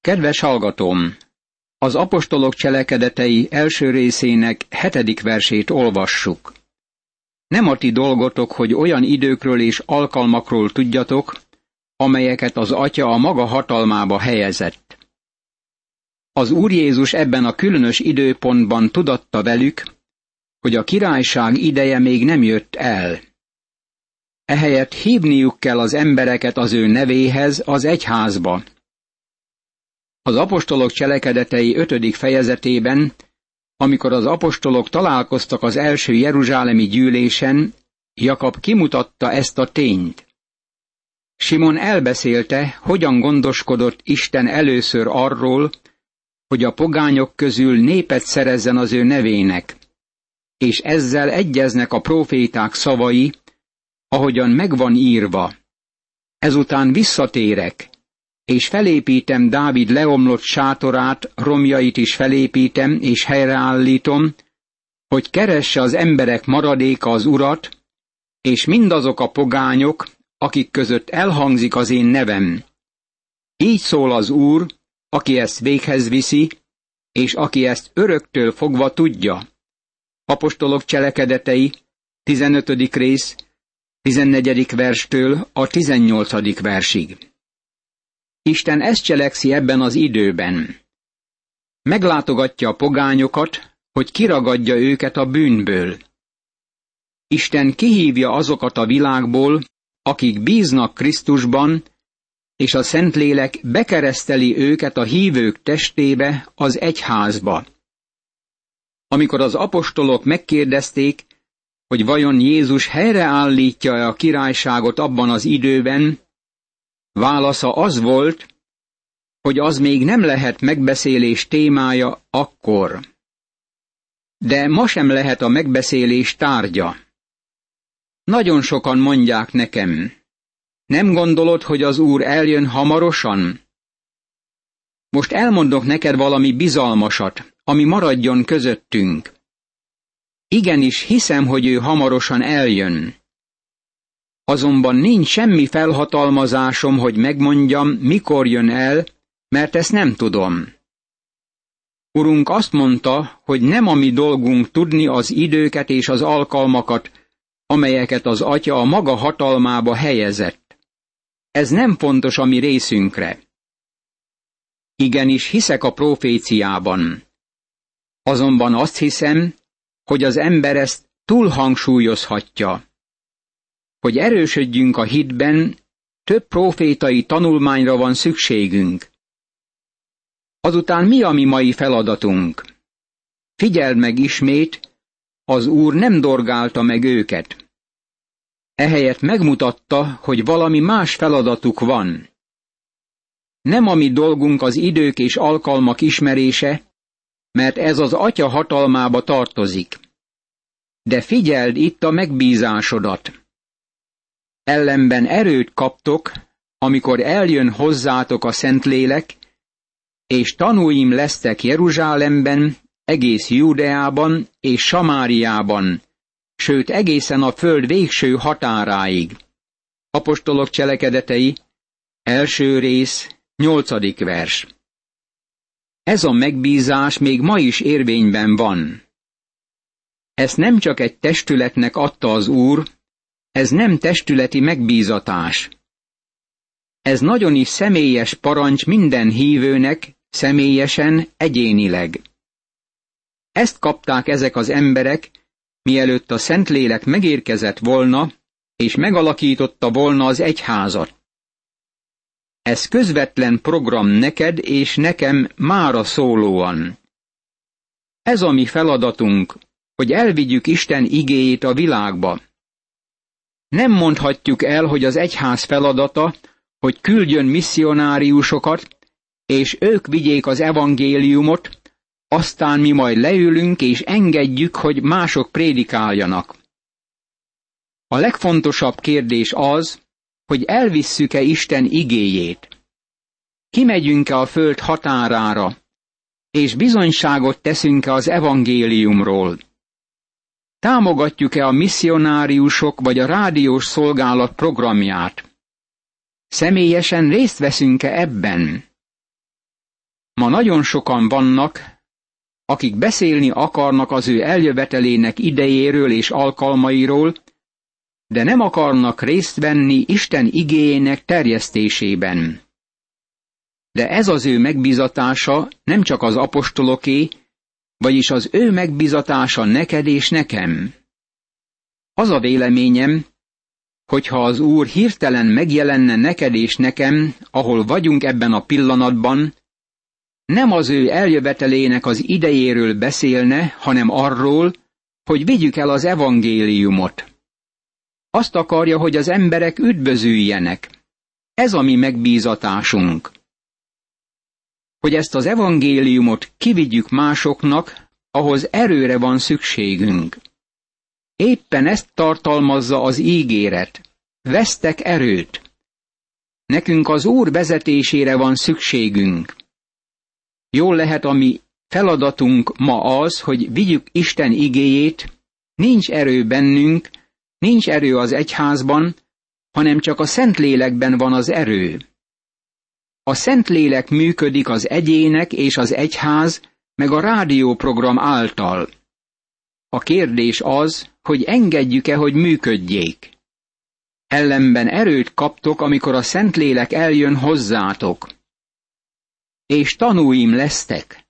Kedves hallgatóm! Az apostolok cselekedetei első részének 7. versét olvassuk. Nem a ti dolgotok, hogy olyan időkről és alkalmakról tudjatok, amelyeket az Atya a maga hatalmába helyezett. Az Úr Jézus ebben a különös időpontban tudatta velük, hogy a királyság ideje még nem jött el. Ehelyett hívniuk kell az embereket az ő nevéhez, az egyházba. Az apostolok cselekedetei 5. fejezetében, amikor az apostolok találkoztak az első jeruzsálemi gyűlésen, Jakab kimutatta ezt a tényt. Simon elbeszélte, hogyan gondoskodott Isten először arról, hogy a pogányok közül népet szerezzen az ő nevének, és ezzel egyeznek a próféták szavai, ahogyan megvan írva. Ezután visszatérek, és felépítem Dávid leomlott sátorát, romjait is felépítem és helyreállítom, hogy keresse az emberek maradéka az Urat, és mindazok a pogányok, akik között elhangzik az én nevem. Így szól az Úr, aki ezt véghez viszi, és aki ezt öröktől fogva tudja. Apostolok cselekedetei, 15. rész, 14. verstől a 18. versig. Isten ezt cselekszi ebben az időben. Meglátogatja a pogányokat, hogy kiragadja őket a bűnből. Isten kihívja azokat a világból, akik bíznak Krisztusban, és a Szentlélek bekereszteli őket a hívők testébe, az egyházba. Amikor az apostolok megkérdezték, hogy vajon Jézus helyreállítja-e a királyságot abban az időben, válasza az volt, hogy az még nem lehet megbeszélés témája akkor. De ma sem lehet a megbeszélés tárgya. Nagyon sokan mondják nekem, nem gondolod, hogy az Úr eljön hamarosan? Most elmondok neked valami bizalmasat, ami maradjon közöttünk. Igenis hiszem, hogy ő hamarosan eljön. Azonban nincs semmi felhatalmazásom, hogy megmondjam, mikor jön el, mert ezt nem tudom. Urunk azt mondta, hogy nem a mi dolgunk tudni az időket és az alkalmakat, amelyeket az Atya a maga hatalmába helyezett. Ez nem fontos a mi részünkre. Igenis hiszek a proféciában. Azonban azt hiszem, hogy az ember ezt túlhangsúlyozhatja. Hogy erősödjünk a hitben, több profétai tanulmányra van szükségünk. Azután mi a mi mai feladatunk? Figyeld meg ismét, az Úr nem dorgálta meg őket. Ehelyett megmutatta, hogy valami más feladatuk van. Nem a mi dolgunk az idők és alkalmak ismerése, mert ez az Atya hatalmába tartozik. De figyeld itt a megbízásodat. Ellenben erőt kaptok, amikor eljön hozzátok a Szentlélek, és tanúim lesztek Jeruzsálemben, egész Júdeában és Samáriában, sőt egészen a föld végső határáig. Apostolok cselekedetei, 1. rész, 8. vers. Ez a megbízás még ma is érvényben van. Ezt nem csak egy testületnek adta az Úr, ez nem testületi megbízatás. Ez nagyon is személyes parancs minden hívőnek, személyesen, egyénileg. Ezt kapták ezek az emberek, mielőtt a Szentlélek megérkezett volna, és megalakította volna az egyházat. Ez közvetlen program neked és nekem mára szólóan. Ez a mi feladatunk, hogy elvigyük Isten igéjét a világba. Nem mondhatjuk el, hogy az egyház feladata, hogy küldjön misszionáriusokat, és ők vigyék az evangéliumot, aztán mi majd leülünk és engedjük, hogy mások prédikáljanak. A legfontosabb kérdés az, hogy elvisszük-e Isten igéjét. Kimegyünk-e a föld határára, és bizonyságot teszünk-e az evangéliumról. Támogatjuk-e a misszionáriusok vagy a rádiós szolgálat programját? Személyesen részt veszünk-e ebben? Ma nagyon sokan vannak, akik beszélni akarnak az ő eljövetelének idejéről és alkalmairól, de nem akarnak részt venni Isten igéjének terjesztésében. De ez az ő megbízatása nem csak az apostoloké, vagyis az ő megbízatása neked és nekem. Az a véleményem, hogyha az Úr hirtelen megjelenne neked és nekem, ahol vagyunk ebben a pillanatban, nem az ő eljövetelének az idejéről beszélne, hanem arról, hogy vigyük el az evangéliumot. Azt akarja, hogy az emberek üdvözüljenek. Ez a mi megbízatásunk. Hogy ezt az evangéliumot kivigyük másoknak, ahhoz erőre van szükségünk. Éppen ezt tartalmazza az ígéret. Vesztek erőt. Nekünk az Úr vezetésére van szükségünk. Jól lehet, a mi feladatunk ma az, hogy vigyük Isten igéjét, nincs erő bennünk, nincs erő az egyházban, hanem csak a Szentlélekben van az erő. A Szentlélek működik az egyének és az egyház, meg a rádióprogram által. A kérdés az, hogy engedjük-e, hogy működjék. Ellenben erőt kaptok, amikor a Szentlélek eljön hozzátok. És tanúim lesztek.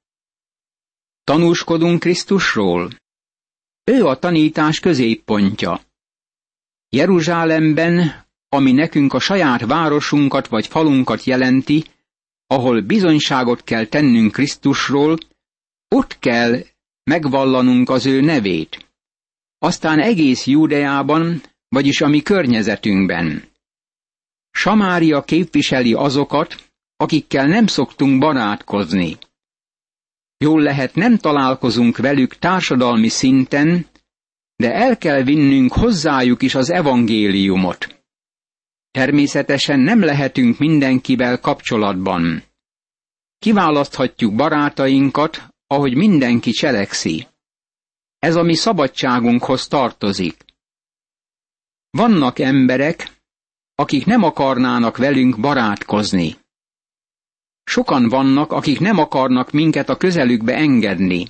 Tanúskodunk Krisztusról. Ő a tanítás középpontja. Jeruzsálemben, ami nekünk a saját városunkat vagy falunkat jelenti, ahol bizonyságot kell tennünk Krisztusról, ott kell megvallanunk az ő nevét. Aztán egész Júdeában, vagyis a mi környezetünkben. Samária képviseli azokat, akikkel nem szoktunk barátkozni. Jól lehet, nem találkozunk velük társadalmi szinten, de el kell vinnünk hozzájuk is az evangéliumot. Természetesen nem lehetünk mindenkivel kapcsolatban. Kiválaszthatjuk barátainkat, ahogy mindenki cselekszi. Ez a mi szabadságunkhoz tartozik. Vannak emberek, akik nem akarnának velünk barátkozni. Sokan vannak, akik nem akarnak minket a közelükbe engedni.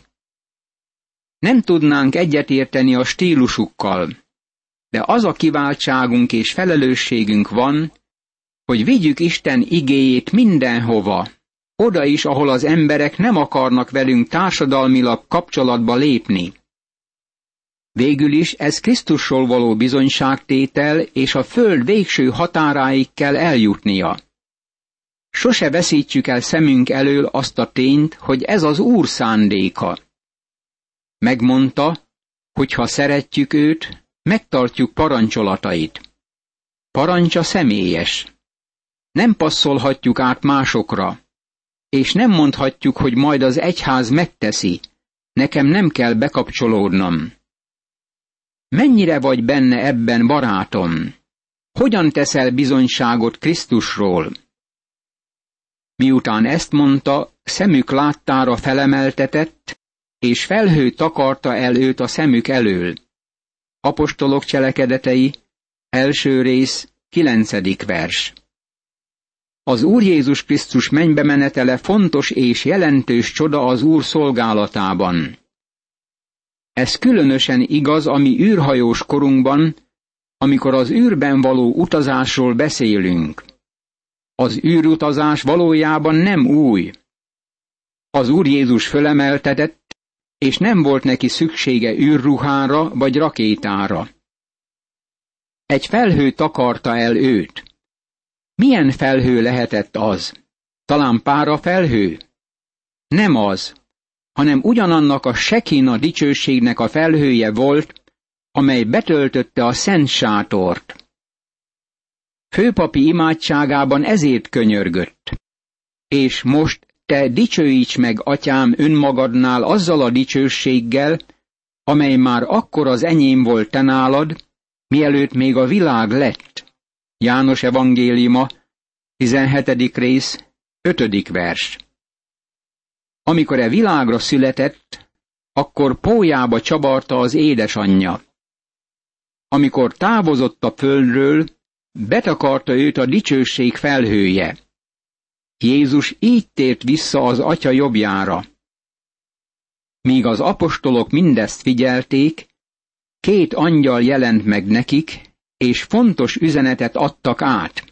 Nem tudnánk egyetérteni a stílusukkal, de az a kiváltságunk és felelősségünk van, hogy vigyük Isten igéjét mindenhova, oda is, ahol az emberek nem akarnak velünk társadalmilag kapcsolatba lépni. Végül is ez Krisztusról való bizonyságtétel, és a föld végső határáig kell eljutnia. Sose veszítsük el szemünk elől azt a tényt, hogy ez az Úr szándéka. Megmondta, hogy ha szeretjük őt, megtartjuk parancsolatait. Parancsa személyes. Nem passzolhatjuk át másokra, és nem mondhatjuk, hogy majd az egyház megteszi, nekem nem kell bekapcsolódnom. Mennyire vagy benne ebben, barátom? Hogyan teszel bizonyságot Krisztusról? Miután ezt mondta, szemük láttára felemeltetett, és felhő takarta el őt a szemük elől. Apostolok cselekedetei, 1. rész, 9. vers. Az Úr Jézus Krisztus mennybe menetele fontos és jelentős csoda az Úr szolgálatában. Ez különösen igaz a mi űrhajós korunkban, amikor az űrben való utazásról beszélünk. Az űrutazás valójában nem új. Az Úr Jézus fölemeltetett, és nem volt neki szüksége űrruhára vagy rakétára. Egy felhő takarta el őt. Milyen felhő lehetett az? Talán párafelhő? Nem az, hanem ugyanannak a sekina dicsőségnek a felhője volt, amely betöltötte a szent sátort. Főpapi imádságában ezért könyörgött. És most te dicsőíts meg, atyám, önmagadnál azzal a dicsőséggel, amely már akkor az enyém volt te nálad, mielőtt még a világ lett. János evangéliuma, 17. rész, 5. vers. Amikor e világra született, akkor pólyába csavarta az édesanyja. Amikor távozott a földről, betakarta őt a dicsőség felhője. Jézus így tért vissza az Atya jobbjára. Míg az apostolok mindezt figyelték, 2 angyal jelent meg nekik, és fontos üzenetet adtak át.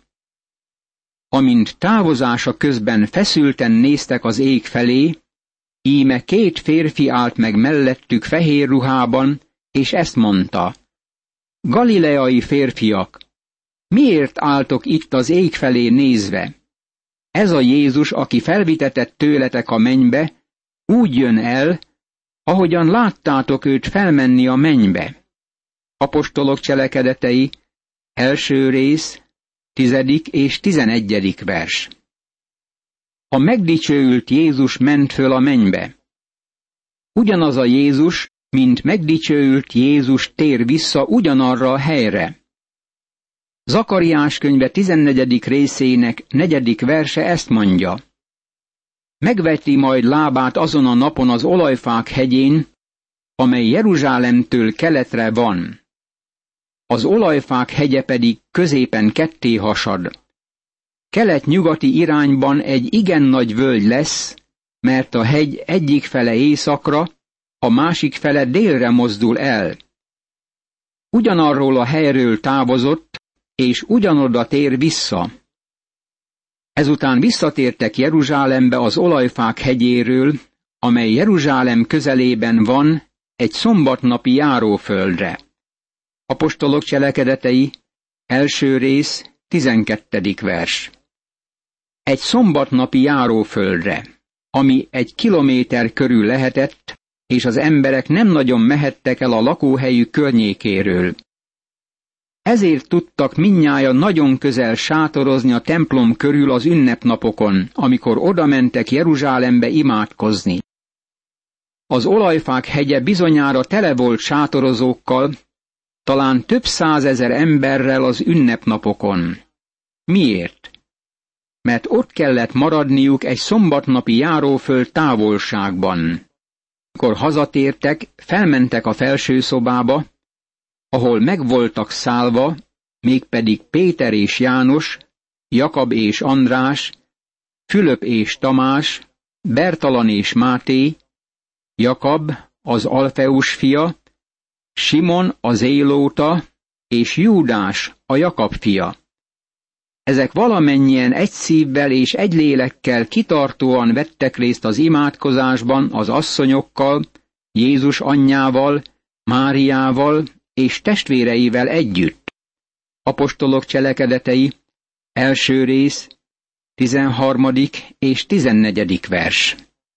Amint távozása közben feszülten néztek az ég felé, íme 2 férfi állt meg mellettük fehér ruhában, és ezt mondta: Galileai férfiak, miért álltok itt az ég felé nézve? Ez a Jézus, aki felvitetett tőletek a mennybe, úgy jön el, ahogyan láttátok őt felmenni a mennybe. Apostolok cselekedetei, 1. rész, 10. és 11. vers. A megdicsőült Jézus ment föl a mennybe. Ugyanaz a Jézus, mint megdicsőült Jézus tér vissza ugyanarra a helyre. Zakariás könyve 14. részének 4. verse ezt mondja: Megveti majd lábát azon a napon az olajfák hegyén, amely Jeruzsálemtől keletre van. Az olajfák hegye pedig középen ketté hasad. Kelet-nyugati irányban egy igen nagy völgy lesz, mert a hegy egyik fele északra, a másik fele délre mozdul el. Ugyanarról a helyről távozott, és ugyanoda tér vissza. Ezután visszatértek Jeruzsálembe az olajfák hegyéről, amely Jeruzsálem közelében van, egy szombatnapi járóföldre. Apostolok cselekedetei, 1. rész, 12. vers. Egy szombatnapi járóföldre, ami 1 kilométer körül lehetett, és az emberek nem nagyon mehettek el a lakóhelyük környékéről. Ezért tudtak mindnyájan nagyon közel sátorozni a templom körül az ünnepnapokon, amikor odamentek Jeruzsálembe imádkozni. Az olajfák hegye bizonyára tele volt sátorozókkal, talán több 100 000 emberrel az ünnepnapokon. Miért? Mert ott kellett maradniuk egy szombatnapi járóföld távolságban. Amikor hazatértek, felmentek a felső szobába, ahol meg voltak szállva, mégpedig Péter és János, Jakab és András, Fülöp és Tamás, Bertalan és Máté, Jakab, az Alfeus fia, Simon a Zélóta, és Júdás, a Jakab fia. Ezek valamennyien egy szívvel és egy lélekkel kitartóan vettek részt az imádkozásban az asszonyokkal, Jézus anyjával, Máriával és testvéreivel együtt. Apostolok cselekedetei, 1. rész, 13. és 14. vers.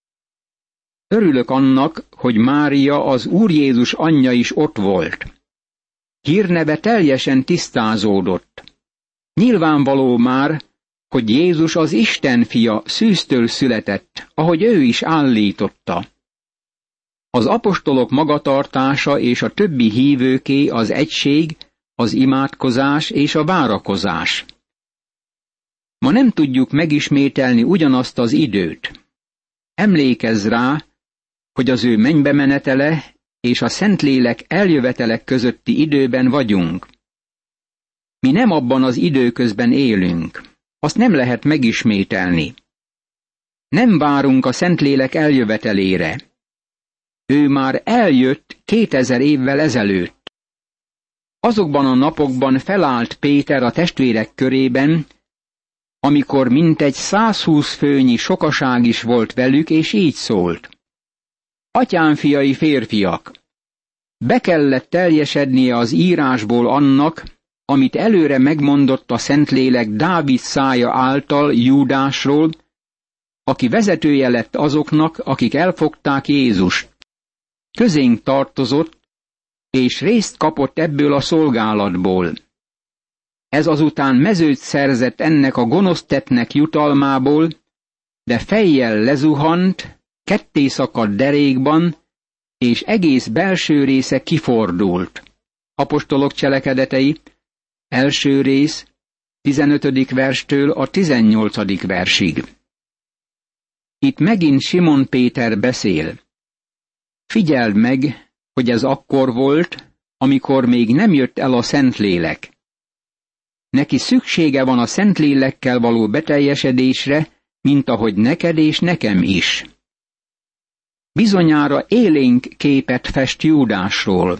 Örülök annak, hogy Mária, az Úr Jézus anyja is ott volt. Hírneve teljesen tisztázódott. Nyilvánvaló már, hogy Jézus az Isten fia, szűztől született, ahogy ő is állította. Az apostolok magatartása és a többi hívőké az egység, az imádkozás és a várakozás. Ma nem tudjuk megismételni ugyanazt az időt. Emlékezz rá, hogy az ő mennybe menetele és a Szentlélek eljövetelek közötti időben vagyunk. Mi nem abban az időközben élünk. Azt nem lehet megismételni. Nem várunk a Szentlélek eljövetelére. Ő már eljött 2000 évvel ezelőtt. Azokban a napokban felállt Péter a testvérek körében, amikor mintegy 120 főnyi sokaság is volt velük, és így szólt: Atyám fiai férfiak, be kellett teljesednie az írásból annak, amit előre megmondott a Szentlélek Dávid szája által Júdásról, aki vezetője lett azoknak, akik elfogták Jézust. Közénk tartozott, és részt kapott ebből a szolgálatból. Ez azután mezőt szerzett ennek a gonosz tettnek jutalmából, de fejjel lezuhant, ketté szakadt derékban, és egész belső része kifordult. Apostolok cselekedetei, 1. rész, 15. verstől a 18. versig. Itt megint Simon Péter beszél. Figyeld meg, hogy ez akkor volt, amikor még nem jött el a Szentlélek. Neki szüksége van a Szentlélekkel való beteljesedésre, mint ahogy neked és nekem is. Bizonyára élénk képet fest Júdásról.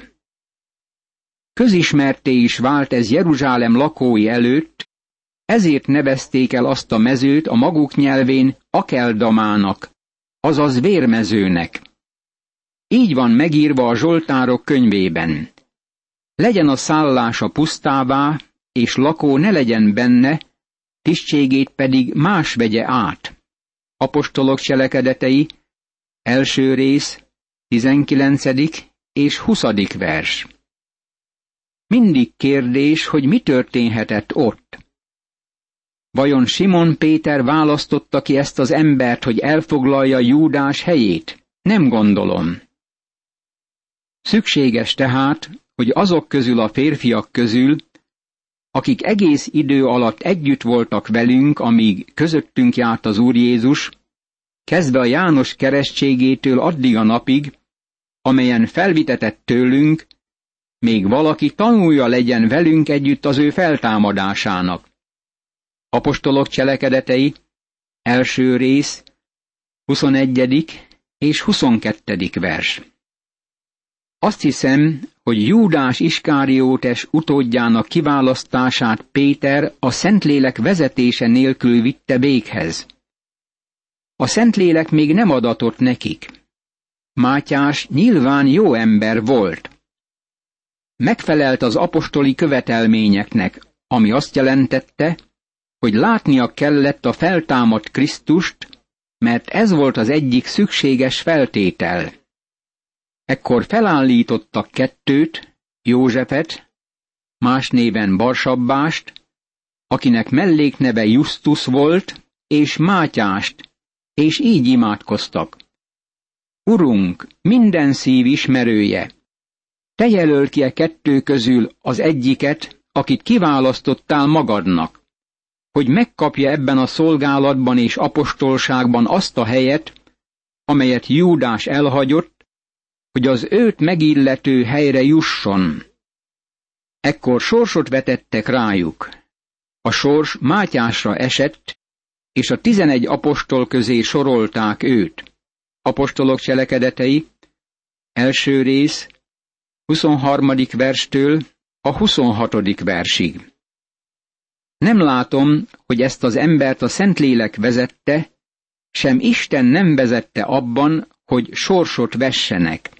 Közismertté is vált ez Jeruzsálem lakói előtt, ezért nevezték el azt a mezőt a maguk nyelvén Akeldamának, azaz vérmezőnek. Így van megírva a Zsoltárok könyvében. Legyen a szállása pusztává, és lakó ne legyen benne, tisztségét pedig más vegye át. Apostolok cselekedetei, első rész, 19. és 20. vers. Mindig kérdés, hogy mi történhetett ott. Vajon Simon Péter választotta ki ezt az embert, hogy elfoglalja Júdás helyét? Nem gondolom. Szükséges tehát, hogy azok közül a férfiak közül, akik egész idő alatt együtt voltak velünk, amíg közöttünk járt az Úr Jézus, kezdve a János keresztségétől addig a napig, amelyen felvitetett tőlünk, még valaki tanulja legyen velünk együtt az ő feltámadásának. Apostolok cselekedetei, első rész, 21. és 22. vers. Azt hiszem, hogy Júdás Iskáriótes utódjának kiválasztását Péter a Szentlélek vezetése nélkül vitte véghez. A Szentlélek még nem adatott nekik. Mátyás nyilván jó ember volt. Megfelelt az apostoli követelményeknek, ami azt jelentette, hogy látnia kellett a feltámadt Krisztust, mert ez volt az egyik szükséges feltétel. Ekkor felállítottak kettőt, Józsefet, más néven Barsabbást, akinek mellékneve Justus volt, és Mátyást, és így imádkoztak. Urunk, minden szív ismerője, te jelöl ki a kettő közül az egyiket, akit kiválasztottál magadnak, hogy megkapja ebben a szolgálatban és apostolságban azt a helyet, amelyet Júdás elhagyott, hogy az őt megillető helyre jusson. Ekkor sorsot vetettek rájuk. A sors Mátyásra esett, és a 11 apostol közé sorolták őt. Apostolok cselekedetei, első rész, 23. verstől a 26. versig. Nem látom, hogy ezt az embert a Szentlélek vezette, sem Isten nem vezette abban, hogy sorsot vessenek.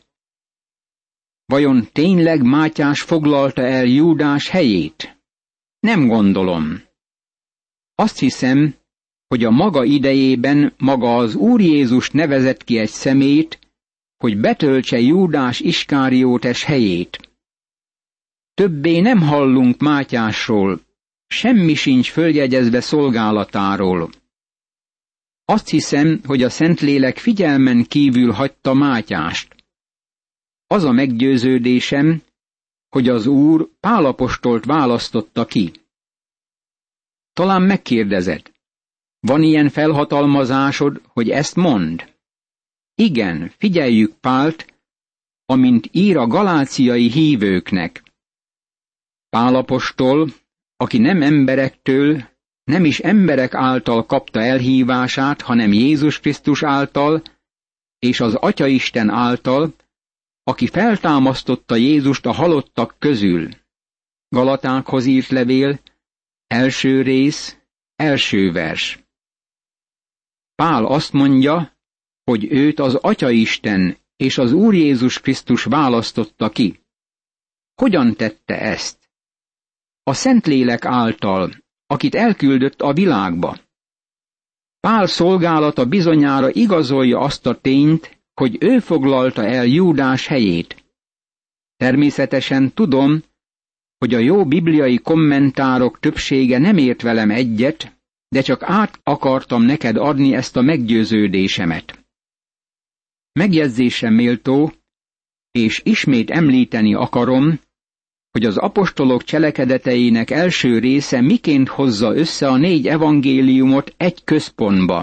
Vajon tényleg Mátyás foglalta el Júdás helyét? Nem gondolom. Azt hiszem, hogy a maga idejében maga az Úr Jézus nevezett ki egy személyt, hogy betöltse Júdás Iskáriótes helyét. Többé nem hallunk Mátyásról, semmi sincs följegyezve szolgálatáról. Azt hiszem, hogy a Szentlélek figyelmen kívül hagyta Mátyást. Az a meggyőződésem, hogy az Úr Pál apostolt választotta ki. Talán megkérdezed, van ilyen felhatalmazásod, hogy ezt mondd? Igen, figyeljük Pált, amint ír a galáciai hívőknek. Pál apostol, aki nem emberektől, nem is emberek által kapta elhívását, hanem Jézus Krisztus által, és az Atyaisten által, aki feltámasztotta Jézust a halottak közül. Galatákhoz írt levél, első rész, első vers. Pál azt mondja, hogy őt az Atyaisten és az Úr Jézus Krisztus választotta ki. Hogyan tette ezt? A Szentlélek által, akit elküldött a világba. Pál szolgálata bizonyára igazolja azt a tényt, hogy ő foglalta el Júdás helyét. Természetesen tudom, hogy a jó bibliai kommentárok többsége nem ért velem egyet, de csak át akartam neked adni ezt a meggyőződésemet. Megjegyzésre méltó, és ismét említeni akarom, hogy az apostolok cselekedeteinek első része miként hozza össze a 4 evangéliumot egy központba.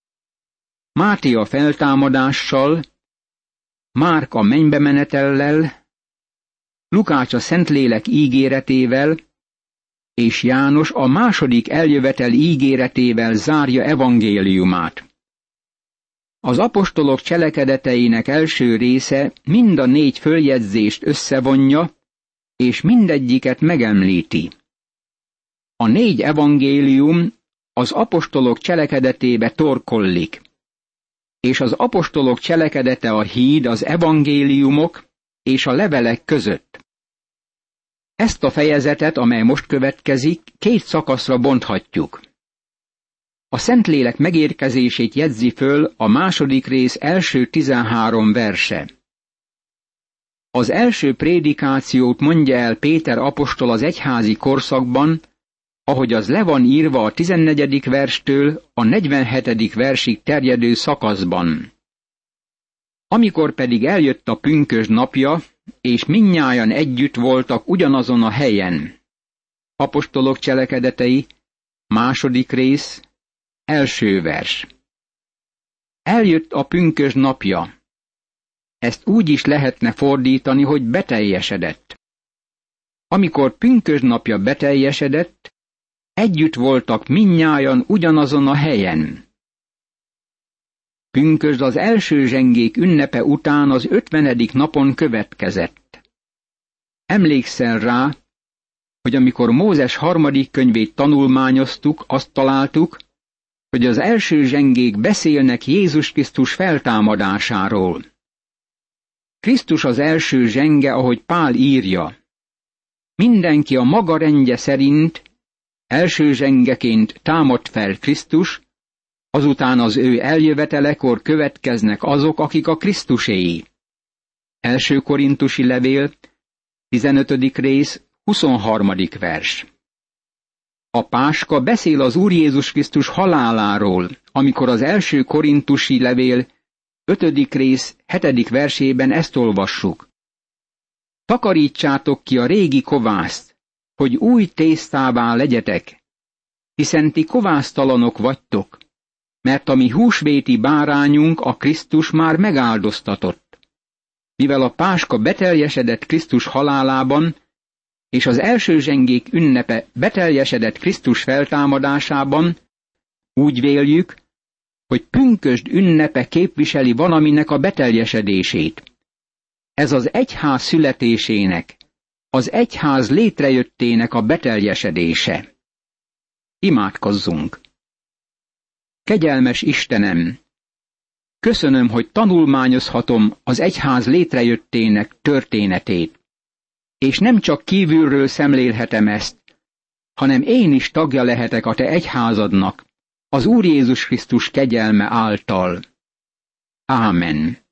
Máté a feltámadással, Márk a mennybemenetellel, Lukács a Szentlélek ígéretével, és János a második eljövetel ígéretével zárja evangéliumát. Az apostolok cselekedeteinek első része mind a 4 följegyzést összevonja, és mindegyiket megemlíti. A 4 evangélium az apostolok cselekedetébe torkollik, és az apostolok cselekedete a híd az evangéliumok és a levelek között. Ezt a fejezetet, amely most következik, 2 szakaszra bonthatjuk. A Szentlélek megérkezését jegyzi föl a második rész első 13 verse. Az első prédikációt mondja el Péter apostol az egyházi korszakban, ahogy az le van írva a 14. verstől a 47. versig terjedő szakaszban. Amikor pedig eljött a pünkösd napja, és mindnyájan együtt voltak ugyanazon a helyen. Apostolok cselekedetei, második rész, első vers. Eljött a pünkösd napja. Ezt úgy is lehetne fordítani, hogy beteljesedett. Amikor pünkösd napja beteljesedett, együtt voltak mindnyájan ugyanazon a helyen. Pünkösd az első zsengék ünnepe után az 50. napon következett. Emlékszel rá, hogy amikor Mózes 3. könyvét tanulmányoztuk, azt találtuk, hogy az első zsengék beszélnek Jézus Krisztus feltámadásáról. Krisztus az első zsenge, ahogy Pál írja. Mindenki a maga rendje szerint első zsengeként támad fel Krisztus, azután az ő eljövetelekor következnek azok, akik a Krisztuséi. Első Korintusi levél, 15. rész, 23. vers. A páska beszél az Úr Jézus Krisztus haláláról, amikor az első Korintusi levél 5. rész 7. versében ezt olvassuk. Takarítsátok ki a régi kovászt, hogy új tésztává legyetek, hiszen ti kovásztalanok vagytok, mert a mi húsvéti bárányunk, a Krisztus már megáldoztatott. Mivel a páska beteljesedett Krisztus halálában, és az első zsengék ünnepe beteljesedett Krisztus feltámadásában, úgy véljük, hogy pünkösd ünnepe képviseli valaminek a beteljesedését. Ez az egyház születésének, az egyház létrejöttének a beteljesedése. Imádkozzunk! Kegyelmes Istenem! Köszönöm, hogy tanulmányozhatom az egyház létrejöttének történetét, és nem csak kívülről szemlélhetem ezt, hanem én is tagja lehetek a te egyházadnak, az Úr Jézus Krisztus kegyelme által. Ámen.